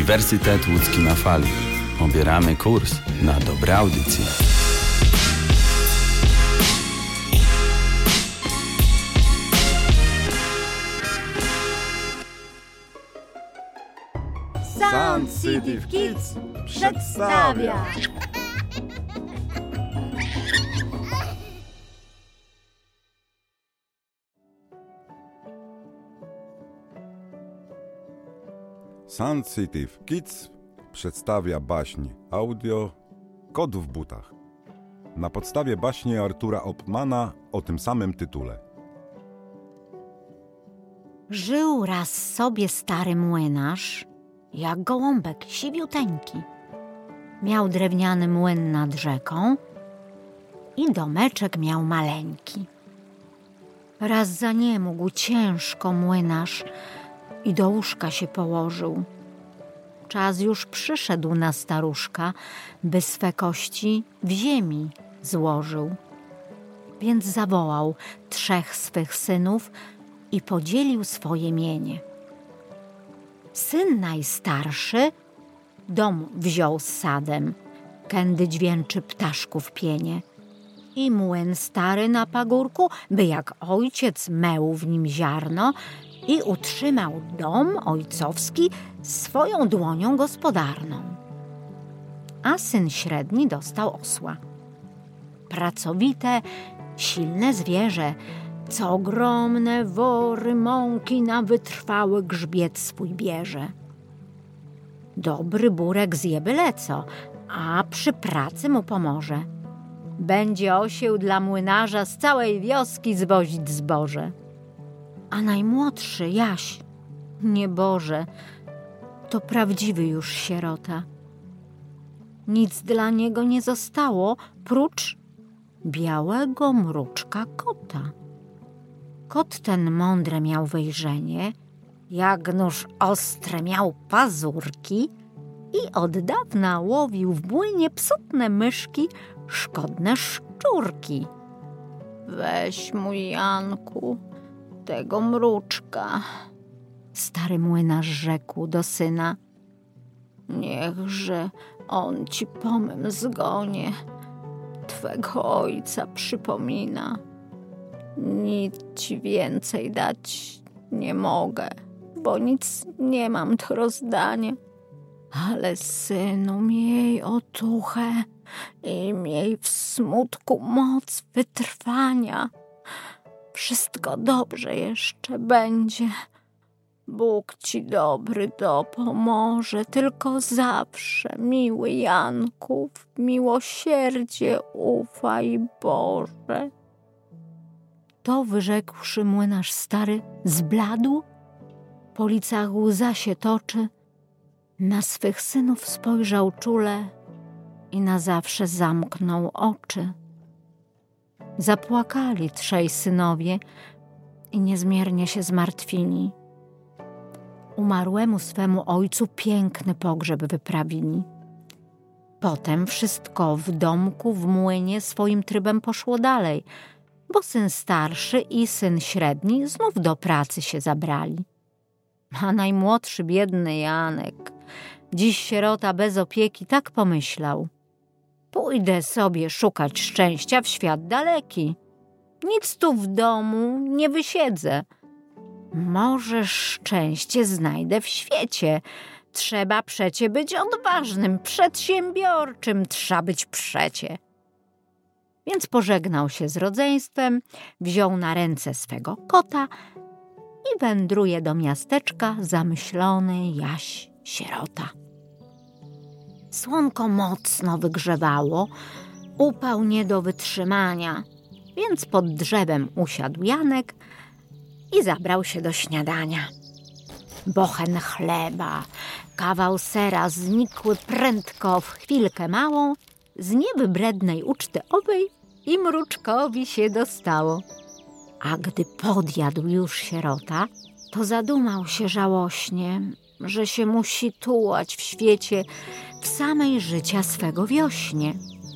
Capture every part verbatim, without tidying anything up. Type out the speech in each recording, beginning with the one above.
Uniwersytet Łódzki na fali. Obieramy kurs na dobre audycje. Sound City Kids przedstawia. Sound City Kids przedstawia baśń audio Kot w butach. Na podstawie baśni Artura Oppmana o tym samym tytule. Żył raz sobie stary młynarz, jak gołąbek siwiuteńki. Miał drewniany młyn nad rzeką i domeczek miał maleńki. Raz zaniemógł ciężko młynarz i do łóżka się położył. Czas już przyszedł na staruszka, by swe kości w ziemi złożył. Więc zawołał trzech swych synów i podzielił swoje mienie. Syn najstarszy dom wziął z sadem, kędy dźwięczy ptaszków pienie, i młyn stary na pagórku, by jak ojciec meł w nim ziarno i utrzymał dom ojcowski swoją dłonią gospodarną. A syn średni dostał osła. Pracowite, silne zwierzę, co ogromne wory mąki na wytrwały grzbiet swój bierze. Dobry burek zje byle co, a przy pracy mu pomoże. Będzie osieł dla młynarza z całej wioski zwozić zboże. A najmłodszy Jaś, nieboże, to prawdziwy już sierota. Nic dla niego nie zostało, prócz białego mruczka kota. Kot ten mądre miał wejrzenie, jak nóż ostre miał pazurki i od dawna łowił w młynie psutne myszki, szkodne szczurki. Weź, mój Janku, tego mruczka, stary młynarz rzekł do syna. Niechże on ci po mym zgonie twego ojca przypomina. Nic ci więcej dać nie mogę, bo nic nie mam do rozdania. Ale synu, miej otuchę i miej w smutku moc wytrwania. Wszystko dobrze jeszcze będzie. Bóg ci dobry dopomoże, tylko zawsze, miły Janku, w miłosierdzie ufaj, Boże. To wyrzekłszy młynarz stary zbladł, po licach łza się toczy, na swych synów spojrzał czule i na zawsze zamknął oczy. Zapłakali trzej synowie i niezmiernie się zmartwili. Umarłemu swemu ojcu piękny pogrzeb wyprawili. Potem wszystko w domku, w młynie swoim trybem poszło dalej, bo syn starszy i syn średni znów do pracy się zabrali. A najmłodszy biedny Janek, dziś sierota bez opieki, tak pomyślał. Pójdę sobie szukać szczęścia w świat daleki. Nic tu w domu nie wysiedzę. Może szczęście znajdę w świecie. Trzeba przecie być odważnym, przedsiębiorczym, trzeba być przecie. Więc pożegnał się z rodzeństwem, wziął na ręce swego kota i wędruje do miasteczka zamyślony Jaś sierota. Słonko mocno wygrzewało, upał nie do wytrzymania, więc pod drzewem usiadł Janek i zabrał się do śniadania. Bochen chleba, kawał sera znikły prędko w chwilkę małą, z niewybrednej uczty owej i mruczkowi się dostało. A gdy podjadł już sierota, to zadumał się żałośnie, że się musi tułać w świecie w samej życia swego wiośnie.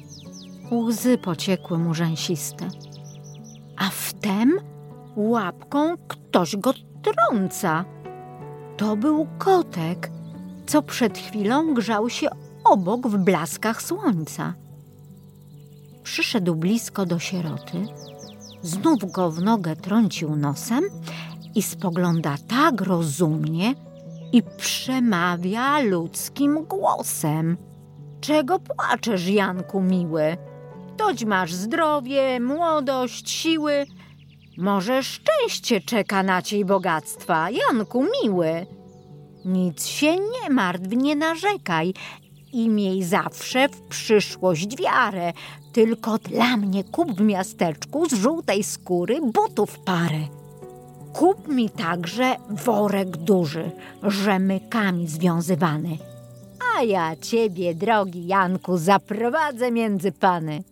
Łzy pociekły mu rzęsiste. A wtem łapką ktoś go trąca. To był kotek co przed chwilą grzał się obok w blaskach słońca. Przyszedł blisko do sieroty, znów go w nogę trącił nosem i spogląda tak rozumnie i przemawia ludzkim głosem. Czego płaczesz, Janku miły? Toć masz zdrowie, młodość, siły. Może szczęście czeka na ciebie bogactwa, Janku miły. Nic się nie martw, nie narzekaj i miej zawsze w przyszłość wiarę. Tylko dla mnie kup w miasteczku z żółtej skóry butów parę. Kup mi także worek duży, rzemykami związywany. A ja ciebie, drogi Janku, zaprowadzę między pany.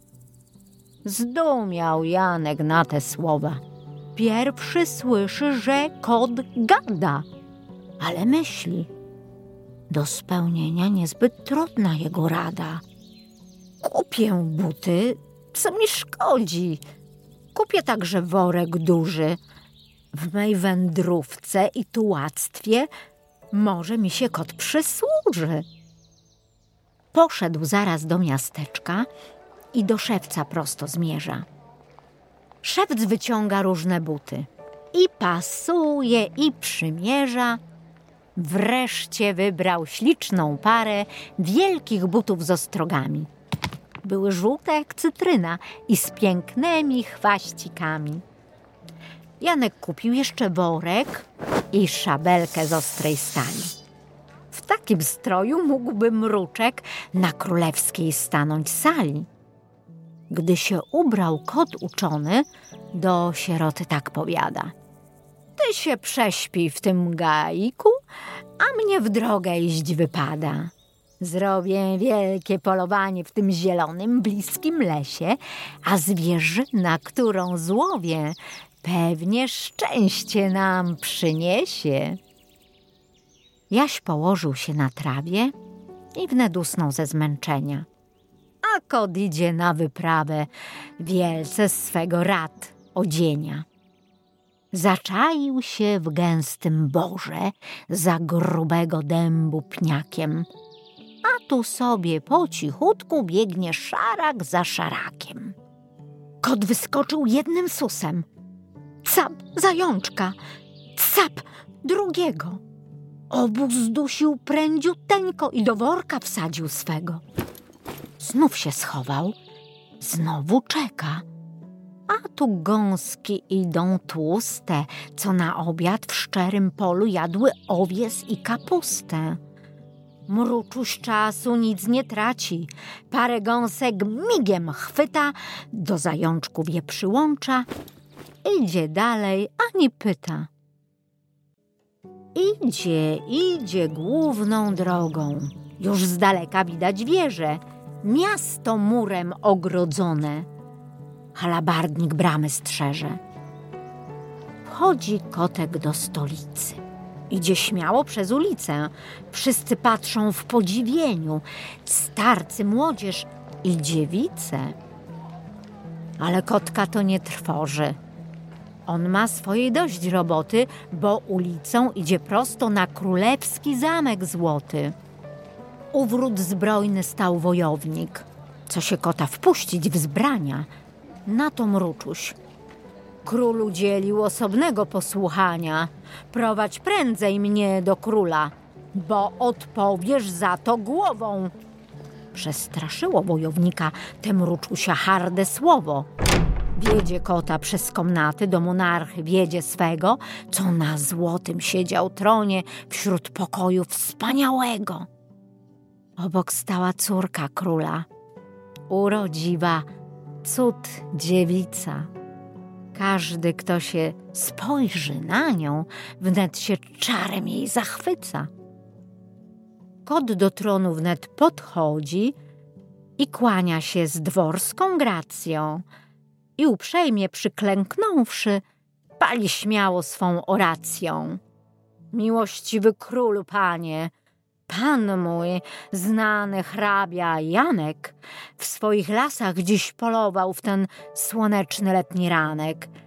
Zdumiał Janek na te słowa. Pierwszy słyszy, że kot gada, ale myśli. Do spełnienia niezbyt trudna jego rada. Kupię buty, co mi szkodzi. Kupię także worek duży. W mej wędrówce i tułactwie może mi się kot przysłuży. Poszedł zaraz do miasteczka i do szewca prosto zmierza. Szewc wyciąga różne buty. I pasuje, i przymierza. Wreszcie wybrał śliczną parę wielkich butów z ostrogami. Były żółte jak cytryna i z pięknymi chwaścikami. Janek kupił jeszcze worek i szabelkę z ostrej stali. W takim stroju mógłby mruczek na królewskiej stanąć sali. Gdy się ubrał kot uczony, do sieroty tak powiada. Ty się prześpij w tym gajku, a mnie w drogę iść wypada. Zrobię wielkie polowanie w tym zielonym, bliskim lesie, a zwierzyna, którą złowię, pewnie szczęście nam przyniesie. Jaś położył się na trawie i wnet usnął ze zmęczenia. A kot idzie na wyprawę, wielce z swego rad odzienia. Zaczaił się w gęstym borze za grubego dębu pniakiem, a tu sobie po cichutku biegnie szarak za szarakiem. Kot wyskoczył jednym susem. Cap zajączka, cap drugiego. Obu zdusił prędziuteńko i do worka wsadził swego. Znów się schował, znowu czeka. A tu gąski idą tłuste, co na obiad w szczerym polu jadły owies i kapustę. Mruczuś czasu nic nie traci. Parę gąsek migiem chwyta, do zajączków je przyłącza. Idzie dalej, ani pyta. Idzie, idzie główną drogą. Już z daleka widać wieże, miasto murem ogrodzone. Halabardnik bramy strzeże. Wchodzi kotek do stolicy. Idzie śmiało przez ulicę. Wszyscy patrzą w podziwieniu. Starcy, młodzież i dziewice. Ale kotka to nie trwoży. On ma swojej dość roboty, bo ulicą idzie prosto na królewski zamek złoty. U wrót zbrojny stał wojownik, co się kota wpuścić wzbrania. Na to mruczuś. Król udzielił osobnego posłuchania. Prowadź prędzej mnie do króla, bo odpowiesz za to głową. Przestraszyło wojownika te mruczusia harde słowo. Wiedzie kota przez komnaty do monarchy, wiedzie swego, co na złotym siedział tronie wśród pokoju wspaniałego. Obok stała córka króla, urodziwa, cud dziewica. Każdy, kto się spojrzy na nią, wnet się czarem jej zachwyca. Kot do tronu wnet podchodzi i kłania się z dworską gracją i uprzejmie przyklęknąwszy, pali śmiało swą oracją. Miłościwy królu, panie, pan mój, znany hrabia Janek, w swoich lasach dziś polował w ten słoneczny letni ranek.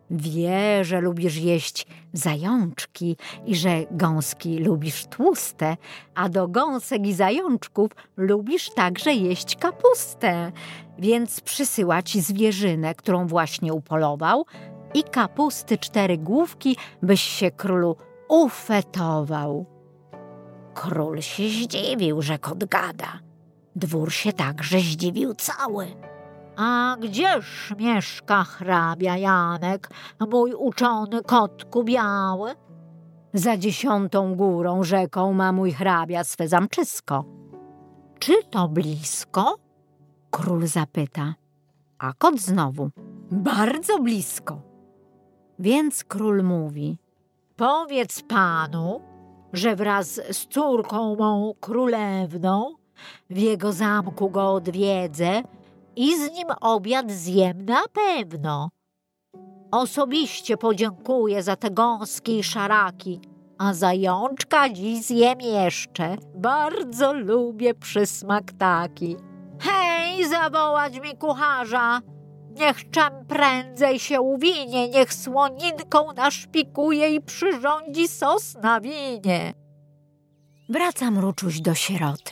Wie, że lubisz jeść zajączki i że gąski lubisz tłuste, a do gąsek i zajączków lubisz także jeść kapustę, więc przysyła ci zwierzynę, którą właśnie upolował, i kapusty cztery główki, byś się królu ufetował. Król się zdziwił, że kot gada. Dwór się także zdziwił cały. A gdzież mieszka hrabia Janek, mój uczony kotku biały? Za dziesiątą górą rzeką ma mój hrabia swe zamczysko. Czy to blisko? Król zapyta. A kot znowu. Bardzo blisko. Więc król mówi. Powiedz panu, że wraz z córką mą królewną w jego zamku go odwiedzę i z nim obiad zjem na pewno. Osobiście podziękuję za te gąski i szaraki, a zajączka dziś zjem jeszcze. Bardzo lubię przysmak taki. Hej, zawołać mi kucharza! Niech czem prędzej się uwinie, niech słoninką naszpikuje i przyrządzi sos na winie. Wraca mruczuś do sieroty.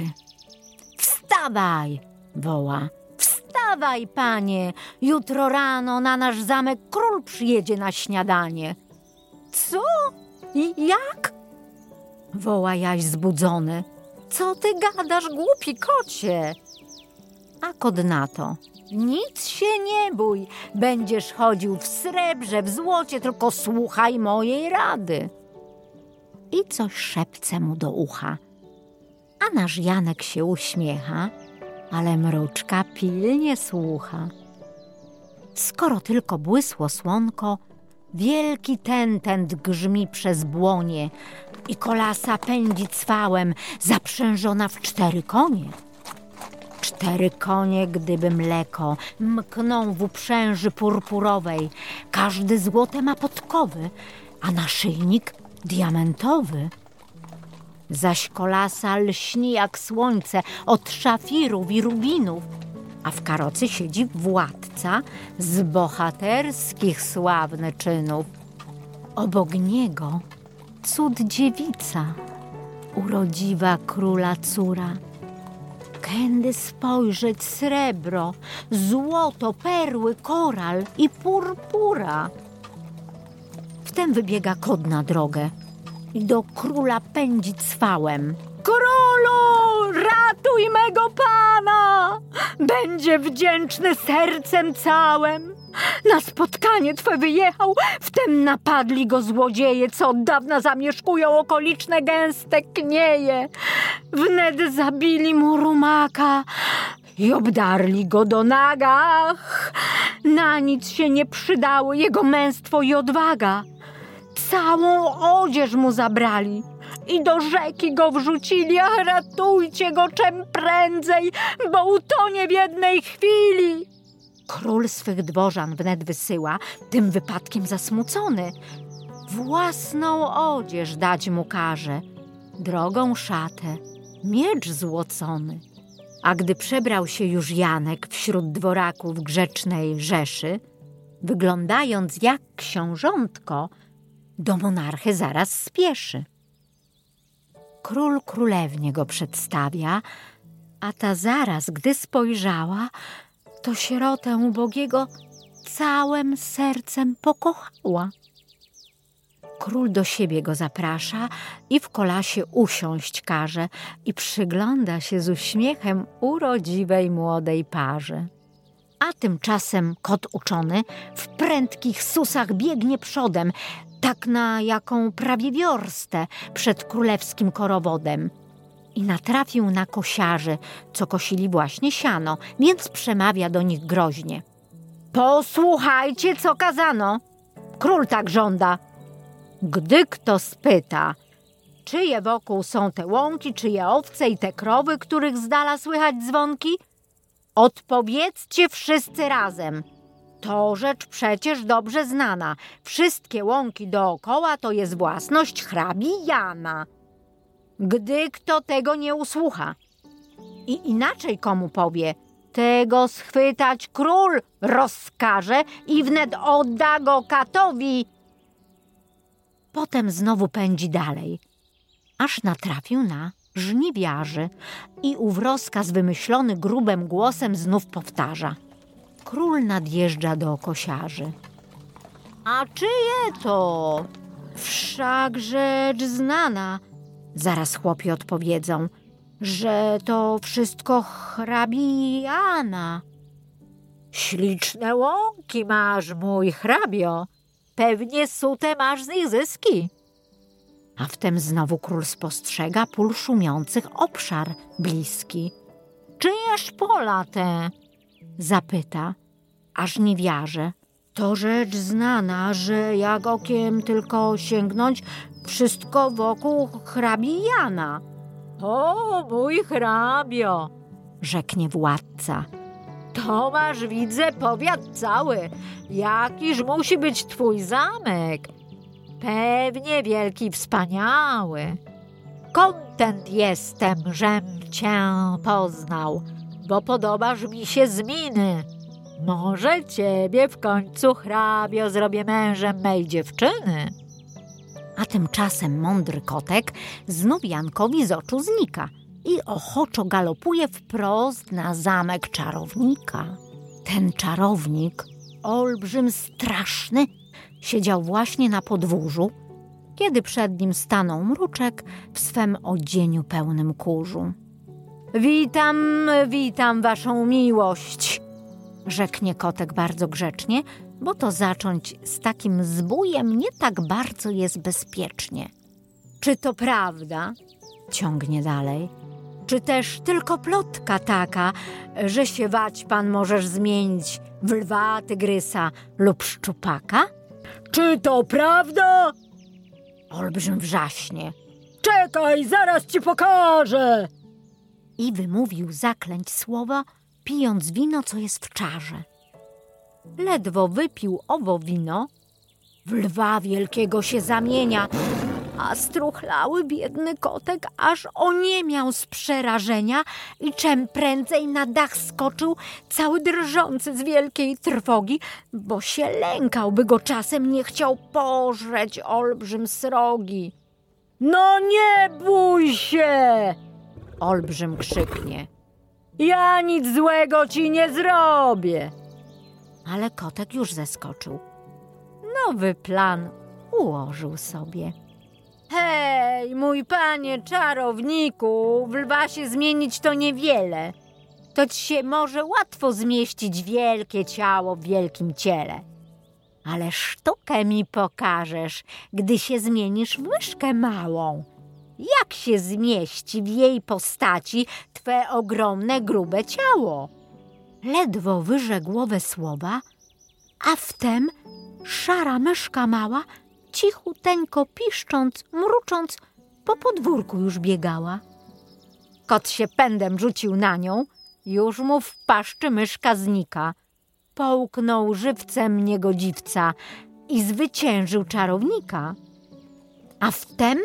Wstawaj, woła. Wstawaj, panie, jutro rano na nasz zamek król przyjedzie na śniadanie. Co? I jak? Woła Jaś zbudzony. Co ty gadasz, głupi kocie? A kot na to. Nic się nie bój, będziesz chodził w srebrze, w złocie, tylko słuchaj mojej rady. I coś szepce mu do ucha. A nasz Janek się uśmiecha, ale mruczka pilnie słucha. Skoro tylko błysło słonko, wielki tentent grzmi przez błonie i kolasa pędzi cwałem, zaprzężona w cztery konie. Cztery konie, gdyby mleko, mkną w uprzęży purpurowej. Każdy złote ma podkowy, a naszyjnik diamentowy. Zaś kolasa lśni jak słońce od szafirów i rubinów, a w karocy siedzi władca z bohaterskich sławnych czynów. Obok niego cud dziewica, urodziwa króla córa. Kędy spojrzeć srebro, złoto, perły, koral i purpura. Wtem wybiega kot na drogę i do króla pędzi cwałem. Królu, ratuj mego pana! Będzie wdzięczny sercem całym. Na spotkanie twe wyjechał, wtem napadli go złodzieje, co od dawna zamieszkują okoliczne gęste knieje. Wnet zabili mu rumaka i obdarli go do nagach. Na nic się nie przydały jego męstwo i odwaga. Całą odzież mu zabrali i do rzeki go wrzucili. A ratujcie go czem prędzej, bo utonie w jednej chwili. Król swych dworzan wnet wysyła, tym wypadkiem zasmucony. Własną odzież dać mu każe, drogą szatę, miecz złocony. A gdy przebrał się już Janek wśród dworaków grzecznej rzeszy, wyglądając jak książątko, do monarchy zaraz spieszy. Król królewnie go przedstawia, a ta zaraz, gdy spojrzała, to sierotę ubogiego całym sercem pokochała. Król do siebie go zaprasza i w kolasie usiąść każe i przygląda się z uśmiechem urodziwej młodej parze. A tymczasem kot uczony w prędkich susach biegnie przodem, tak na jaką prawie wiorstę przed królewskim korowodem. I natrafił na kosiarzy, co kosili właśnie siano, więc przemawia do nich groźnie. Posłuchajcie, co kazano. Król tak żąda. Gdy kto spyta, czyje wokół są te łąki, czyje owce i te krowy, których z dala słychać dzwonki, odpowiedzcie wszyscy razem. To rzecz przecież dobrze znana. Wszystkie łąki dookoła to jest własność hrabi Jana. Gdy kto tego nie usłucha i inaczej komu powie, Tego schwytać król rozkaże i wnet odda go katowi. Potem znowu pędzi dalej, aż natrafił na żniwiarzy i ów rozkaz wymyślony grubym głosem znów powtarza. Król nadjeżdża do kosiarzy. A czyje to? Wszak rzecz znana. Zaraz chłopi odpowiedzą, że to wszystko hrabi Jana. Śliczne łąki masz, mój hrabio. Pewnie sute masz z nich zyski. A wtem znowu król spostrzega pól szumiących obszar bliski. Czyjeż pola te? Zapyta, aż nie wiarze. To rzecz znana, że jak okiem tylko sięgnąć, wszystko wokół hrabi Jana. O, mój hrabio, rzeknie władca. To masz, widzę, powiat cały. Jakiż musi być twój zamek? Pewnie wielki, wspaniały. Kontent jestem, żem cię poznał, bo podobasz mi się z miny. Może ciebie w końcu, hrabio, zrobię mężem mej dziewczyny. A tymczasem mądry kotek znów Jankowi z oczu znika i ochoczo galopuje wprost na zamek czarownika. Ten czarownik, olbrzym straszny, siedział właśnie na podwórzu, kiedy przed nim stanął mruczek w swem odzieniu pełnym kurzu. Witam, witam waszą miłość, rzeknie kotek bardzo grzecznie, bo to zacząć z takim zbójem nie tak bardzo jest bezpiecznie. Czy to prawda? Ciągnie dalej. Czy też tylko plotka taka, że się wać pan możesz zmienić w lwa, tygrysa lub szczupaka? Czy to prawda? Olbrzym wrzaśnie. Czekaj, zaraz ci pokażę! I wymówił zaklęć słowa, pijąc wino, co jest w czarze. Ledwo wypił owo wino, w lwa wielkiego się zamienia, a struchlały biedny kotek aż oniemiał z przerażenia i czem prędzej na dach skoczył, cały drżący z wielkiej trwogi, bo się lękał, by go czasem nie chciał pożreć olbrzym srogi. No nie bój się! Olbrzym krzyknie. Ja nic złego ci nie zrobię. Ale kotek już zeskoczył. Nowy plan ułożył sobie. Hej, mój panie czarowniku, w lwa się zmienić to niewiele. To ci się może łatwo zmieścić wielkie ciało w wielkim ciele. Ale sztukę mi pokażesz, gdy się zmienisz w myszkę małą. Jak się zmieści w jej postaci twe ogromne, grube ciało? Ledwo wyrzekł owe słowa, a wtem szara myszka mała, cichuteńko piszcząc, mrucząc, po podwórku już biegała. Kot się pędem rzucił na nią, już mu w paszczy myszka znika. Połknął żywcem niegodziwca i zwyciężył czarownika. A wtem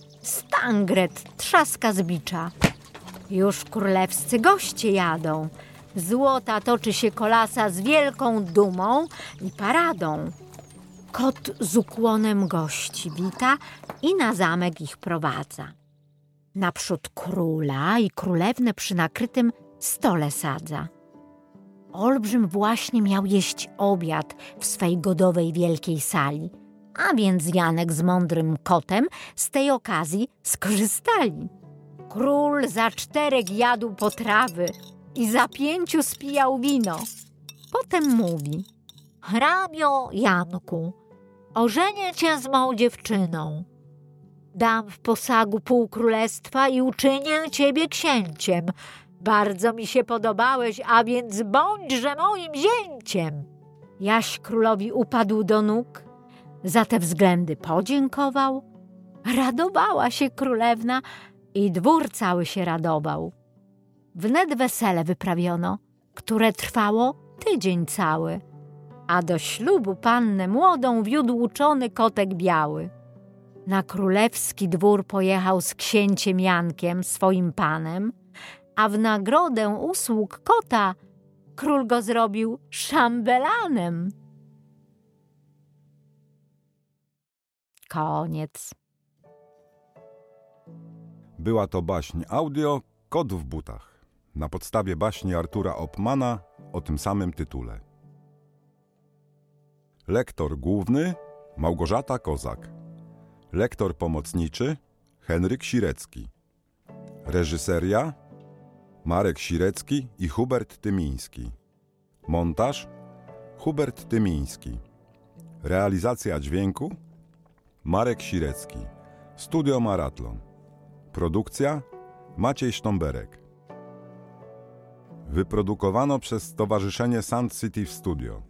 stangret trzaska z bicza. Już królewscy goście jadą. Złota toczy się kolasa z wielką dumą i paradą. Kot z ukłonem gości wita i na zamek ich prowadza. Naprzód króla i królewnę przy nakrytym stole sadza. Olbrzym właśnie miał jeść obiad w swej godowej wielkiej sali, a więc Janek z mądrym kotem z tej okazji skorzystali. Król za czterech jadł potrawy i za pięciu spijał wino. Potem mówi: hrabio Janku, ożenię cię z mą dziewczyną. Dam w posagu pół królestwa i uczynię ciebie księciem. Bardzo mi się podobałeś, a więc bądźże moim zięciem. Jaś królowi upadł do nóg, za te względy podziękował. Radowała się królewna i dwór cały się radował. Wnet wesele wyprawiono, które trwało tydzień cały, a do ślubu pannę młodą wiódł uczony kotek biały. Na królewski dwór pojechał z księciem Jankiem, swoim panem, a w nagrodę usług kota król go zrobił szambelanem. Koniec. Była to baśń audio Kot w butach, na podstawie baśni Artura Oppmana o tym samym tytule. Lektor główny Małgorzata Kozak. Lektor pomocniczy Henryk Sirecki. Reżyseria Marek Sirecki i Hubert Tymiński. Montaż Hubert Tymiński. Realizacja dźwięku Marek Sirecki. Studio Maratlon. Produkcja Maciej Sztomberek. Wyprodukowano przez Stowarzyszenie Sound City w Studio.